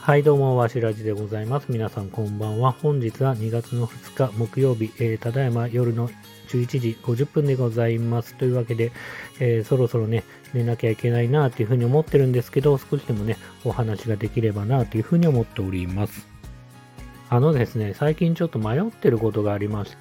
はいどうも、わしらじでございます。皆さんこんばんは。本日は2月の2日木曜日、ただいま夜の11時50分でございます。というわけで、そろそろね、寝なきゃいけないなというふうに思ってるんですけど、少しでもね、お話ができればなというふうに思っております。ですね、最近ちょっと迷ってることがありまして、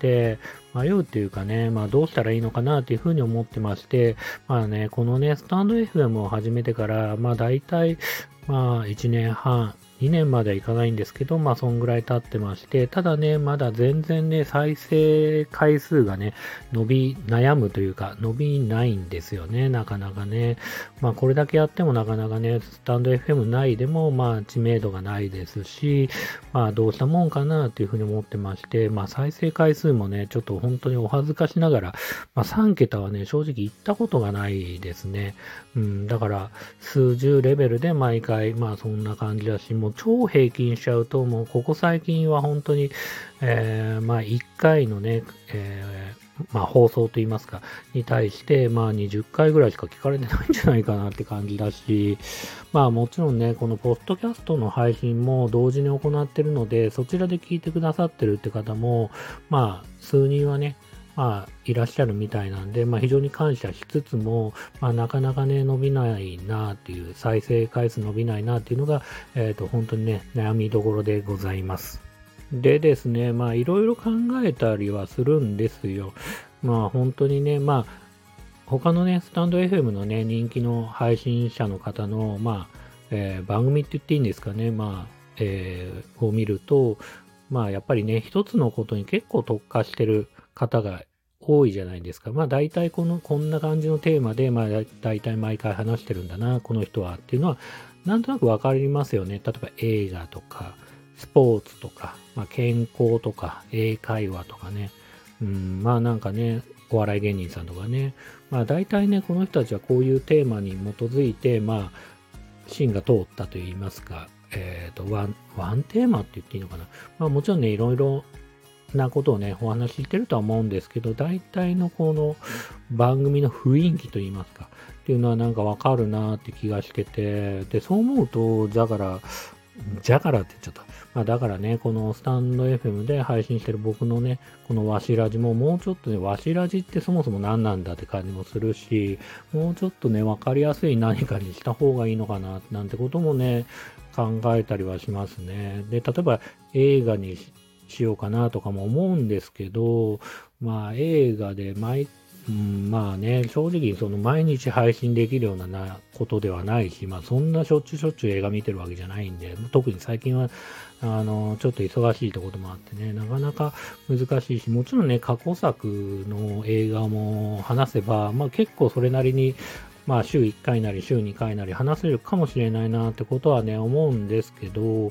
迷うっていうかね、どうしたらいいのかなというふうに思ってまして、このね、スタンド FM を始めてから、大体、1年半、2年まではいかないんですけど、そんぐらい経ってまして、ただね、まだ全然ね、再生回数がね、悩むというか、伸びないんですよね、なかなかね。これだけやってもなかなかね、スタンド FM 内でも、知名度がないですし、どうしたもんかなというふうに思ってまして、再生回数もね、ちょっと本当にお恥ずかしながら、3桁はね、正直行ったことがないですね。だから、数十レベルで毎回、そんな感じだし、もう超平均しちゃうと、もうここ最近は本当に、1回のね、放送といいますか、に対して、20回ぐらいしか聞かれてないんじゃないかなって感じだし、もちろんね、このポッドキャストの配信も同時に行ってるので、そちらで聞いてくださってるって方も、数人はね、いらっしゃるみたいなんで、非常に感謝しつつも、なかなかね、伸びないなっていう、再生回数伸びないなっていうのが、本当にね、悩みどころでございます。でですね、いろいろ考えたりはするんですよ。本当にね、他のね、スタンド FM のね、人気の配信者の方の、番組って言っていいんですかね、を見ると、やっぱりね、一つのことに結構特化してる方が多いじゃないですか。大体こんな感じのテーマで、大体毎回話してるんだな、この人はっていうのは、なんとなくわかりますよね。例えば映画とか、スポーツとか、健康とか、英会話とかね。なんかね、お笑い芸人さんとかね。大体ね、この人たちはこういうテーマに基づいて、芯が通ったと言いますか、ワンテーマって言っていいのかな。もちろんね、いろいろなことをね、お話ししてるとは思うんですけど、大体のこの番組の雰囲気と言いますか、っていうのはなんかわかるなって気がしてて、で、そう思うと、じゃからって言っちゃった。だからね、このスタンド FM で配信してる僕のね、このわしラジももうちょっとね、わしラジってそもそも何なんだって感じもするし、もうちょっとね、わかりやすい何かにした方がいいのかな、なんてこともね、考えたりはしますね。で、例えば映画にしようかなとかも思うんですけど、映画で正直その毎日配信できるようなことではないし、そんなしょっちゅう映画見てるわけじゃないんで、特に最近は、ちょっと忙しいってこともあってね、なかなか難しいし、もちろんね、過去作の映画も話せば、結構それなりに、週1回なり週2回なり話せるかもしれないなってことはね、思うんですけど、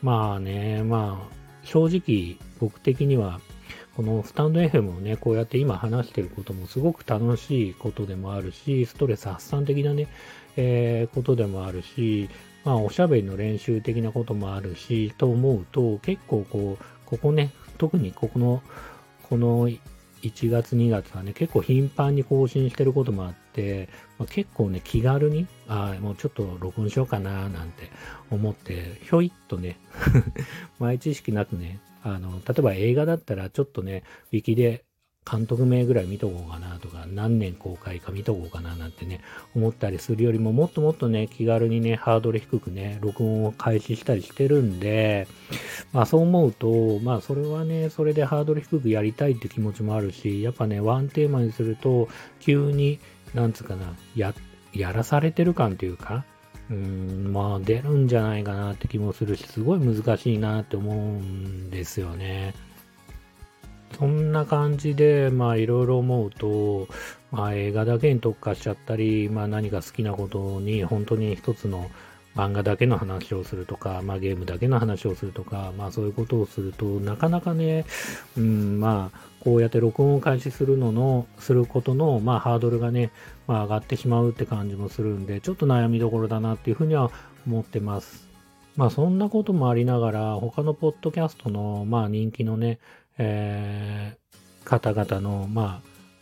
正直僕的には、このスタンド FM をね、こうやって今話してることもすごく楽しいことでもあるし、ストレス発散的なね、ことでもあるし、おしゃべりの練習的なこともあるし、と思うと、結構ここね、特にこの1月2月はね、結構頻繁に更新してることもあって、結構ね、気軽に、もうちょっと録音しようかな、なんて思って、ひょいっとね、前知識なくね、例えば映画だったらちょっとね、ウィキで監督名ぐらい見とこうかなとか、何年公開か見とこうかななんてね、思ったりするよりも、もっともっとね、気軽にね、ハードル低くね、録音を開始したりしてるんで、そう思うと、それはね、それでハードル低くやりたいって気持ちもあるし、やっぱね、ワンテーマにすると、急に、なんつうかな、やらされてる感っていうか、出るんじゃないかなって気もするし、すごい難しいなって思うんですよね。そんな感じで、いろいろ思うと、映画だけに特化しちゃったり、何か好きなことに本当に一つの漫画だけの話をするとか、ゲームだけの話をするとか、そういうことをすると、なかなかね、こうやって録音を開始することの、ハードルがね、上がってしまうって感じもするんで、ちょっと悩みどころだなっていうふうには思ってます。そんなこともありながら、他のポッドキャストの、人気のね、方々の、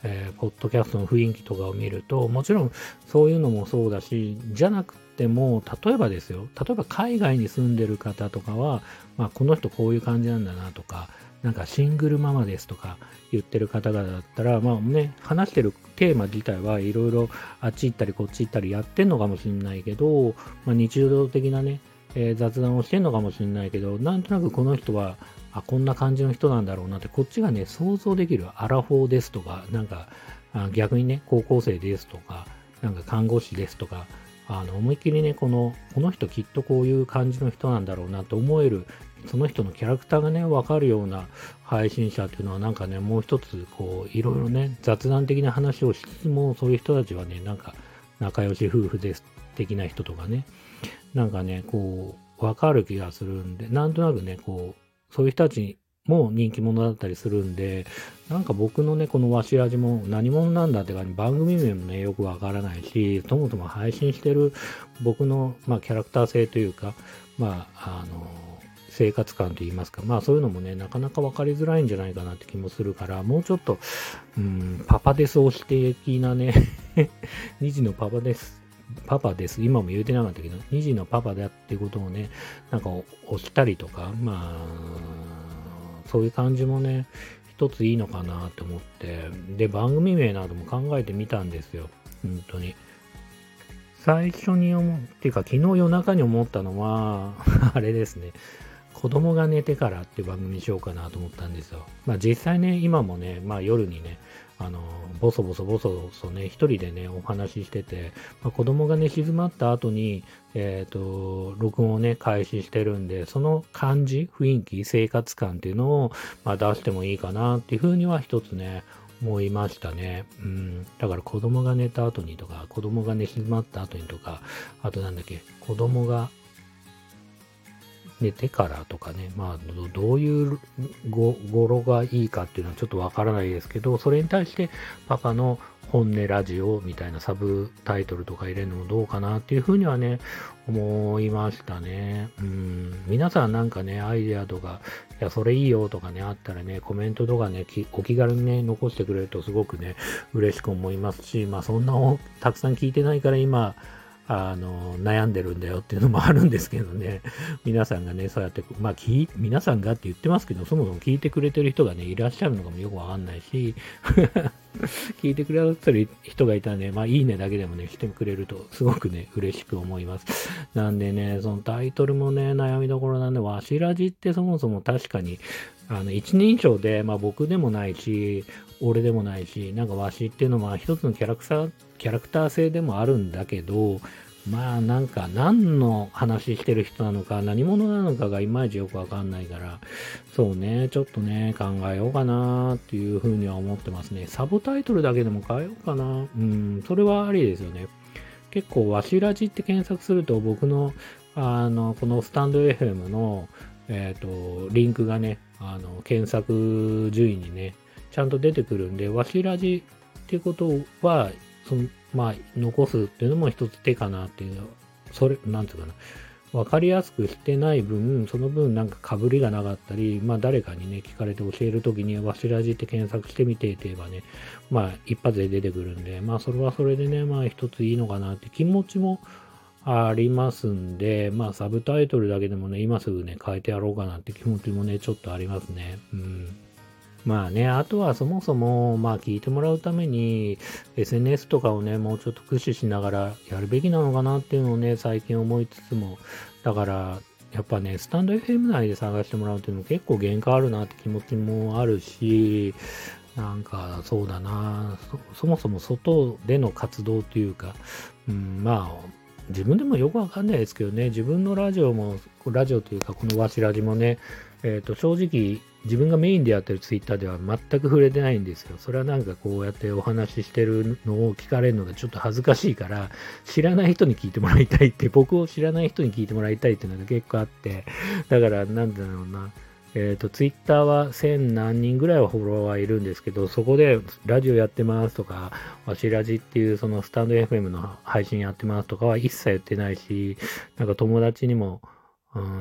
ポッドキャストの雰囲気とかを見ると、もちろんそういうのもそうだし、じゃなくても、例えばですよ、例えば海外に住んでる方とかは、まあ、この人こういう感じなんだなとか、なんかシングルママですとか言ってる方々だったら、まあね、話してるテーマ自体はいろいろあっち行ったりこっち行ったりやってんのかもしれないけど、まあ、日常的なね、雑談をしてんのかもしれないけど、なんとなくこの人は、こんな感じの人なんだろうなって、こっちがね、想像できるアラフォーですとか、なんか、逆にね、高校生ですとか、なんか看護師ですとか、思いっきりね、この人きっとこういう感じの人なんだろうなと思える、その人のキャラクターがね、わかるような配信者っていうのは、なんかね、もう一つ、こう、いろいろね、雑談的な話をしつつも、そういう人たちはね、なんか、仲良し夫婦です的な人とかね、なんかね、こう、わかる気がするんで、なんとなくね、こう、そういう人たちも人気者だったりするんで、なんか僕のね、このわしらじも何者なんだってか、番組名もね、よくわからないし、そもそも配信してる僕の、まあ、キャラクター性というか、まあ、生活感といいますか、まあそういうのもね、なかなか分かりづらいんじゃないかなって気もするから、もうちょっと、パパデス推し的なね2児のパパです。パパです。今も言うてなかったけど、2児のパパだっていうことをね、なんか押したりとか、まあ、そういう感じもね、一ついいのかなと思って、で、番組名なども考えてみたんですよ。本当に。最初にっていうか昨日夜中に思ったのは、あれですね。子供が寝てからっていう番組にしようかなと思ったんですよ。まあ実際ね、今もね、まあ夜にね、ボソボソね、一人でね、お話ししてて、まあ、子供がね、静まった後に、録音をね、開始してるんで、その感じ、雰囲気、生活感っていうのを、まあ出してもいいかなっていうふうには一つね、思いましたね。うん。だから子供が寝た後にとか、子供が寝静まった後にとか、あとなんだっけ、子供が寝てからとかね、まあ、どういう語呂がいいかっていうのはちょっとわからないですけど、それに対してパパの本音ラジオみたいなサブタイトルとか入れるのもどうかなっていうふうにはね、思いましたね。皆さんなんかね、アイデアとか、いや、それいいよとかね、あったらね、コメントとかね、お気軽にね、残してくれるとすごくね、嬉しく思いますし、まあそんなたくさん聞いてないから今、悩んでるんだよっていうのもあるんですけどね。皆さんがね、そうやって、まあ、皆さんがって言ってますけど、そもそも聞いてくれてる人がね、いらっしゃるのかもよくわかんないし、聞いてくれてる人がいたらね、まあ、いいねだけでもね、してくれると、すごくね、嬉しく思います。なんでね、そのタイトルもね、悩みどころなんで、わしらじってそもそも確かに、一人称で、まあ僕でもないし、俺でもないし、なんかわしっていうのは一つのキャラクター性でもあるんだけど、まあなんか何の話してる人なのか何者なのかがいまいちよくわかんないから、そうね、ちょっとね、考えようかなっていうふうには思ってますね。サブタイトルだけでも変えようかな。それはありですよね。結構わしらじって検索すると僕のこのスタンド FM のリンクがね、検索順位にね、ちゃんと出てくるんで、わしらじっていうことは、まあ、残すっていうのも一つ手かなっていう、なんつうかな。わかりやすくしてない分、その分なんか被りがなかったり、まあ誰かにね、聞かれて教えるときに、わしらじって検索してみてって言えばね、まあ一発で出てくるんで、まあそれはそれでね、まあ一ついいのかなって気持ちもありますんで、まあサブタイトルだけでもね、今すぐね、変えてやろうかなって気持ちもね、ちょっとありますね。まあね、あとはそもそも、まあ聞いてもらうために、SNS とかをね、もうちょっと駆使しながらやるべきなのかなっていうのをね、最近思いつつも、だから、やっぱね、スタンド FM 内で探してもらうっていうのも結構限界あるなって気持ちもあるし、なんかそうだな、そもそも外での活動というか、まあ、自分でもよくわかんないですけどね、自分のラジオというか、このわしラジもね、正直、自分がメインでやってるツイッターでは全く触れてないんですよ。それはなんかこうやってお話ししてるのを聞かれるのがちょっと恥ずかしいから、知らない人に聞いてもらいたいって、僕を知らない人に聞いてもらいたいっていうのが結構あって、だからなんだろうな。ツイッターは1000何人ぐらいはフォロワーいるんですけど、そこでラジオやってますとか、わしラジっていうそのスタンド FM の配信やってますとかは一切言ってないし、なんか友達にも、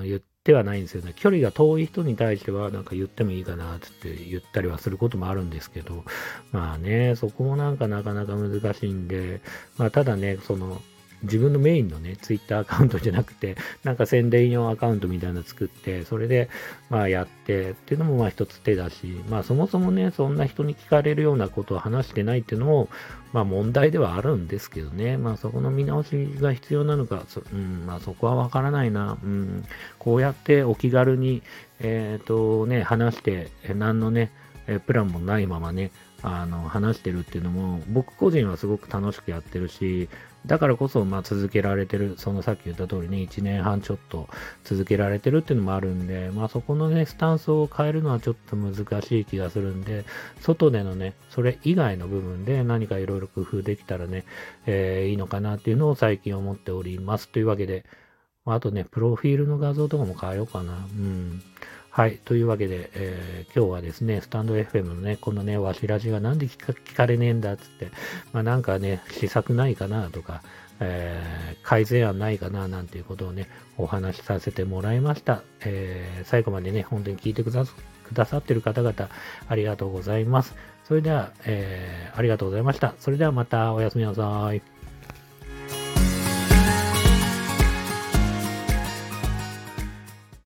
てはないんですよね。距離が遠い人に対してはなんか言ってもいいかなって言ったりはすることもあるんですけど、まあね、そこもなんかなかなか難しいんで、まあただね、自分のメインのね、ツイッターアカウントじゃなくて、なんか宣伝用アカウントみたいなの作って、それで、まあやってっていうのもまあ一つ手だし、まあそもそもね、そんな人に聞かれるようなことを話してないっていうのも、まあ問題ではあるんですけどね、まあそこの見直しが必要なのか、まあそこはわからないな、こうやってお気軽に、話して、何のね、プランもないままね、話してるっていうのも、僕個人はすごく楽しくやってるし、だからこそ、まあ、続けられてる、さっき言った通りね、1年半ちょっと続けられてるっていうのもあるんで、まあ、そこのね、スタンスを変えるのはちょっと難しい気がするんで、外でのね、それ以外の部分で何かいろいろ工夫できたらね、いいのかなっていうのを最近思っております。というわけで、あとね、プロフィールの画像とかも変えようかな。はい。というわけで、今日はですね、スタンド FM のね、このね、わしラジがなんで聞かれねえんだっつって、まあなんかね、施策ないかなとか、改善案ないかななんていうことをね、お話しさせてもらいました。最後までね、本当に聞いてくださってる方々、ありがとうございます。それでは、ありがとうございました。それではまたおやすみなさい。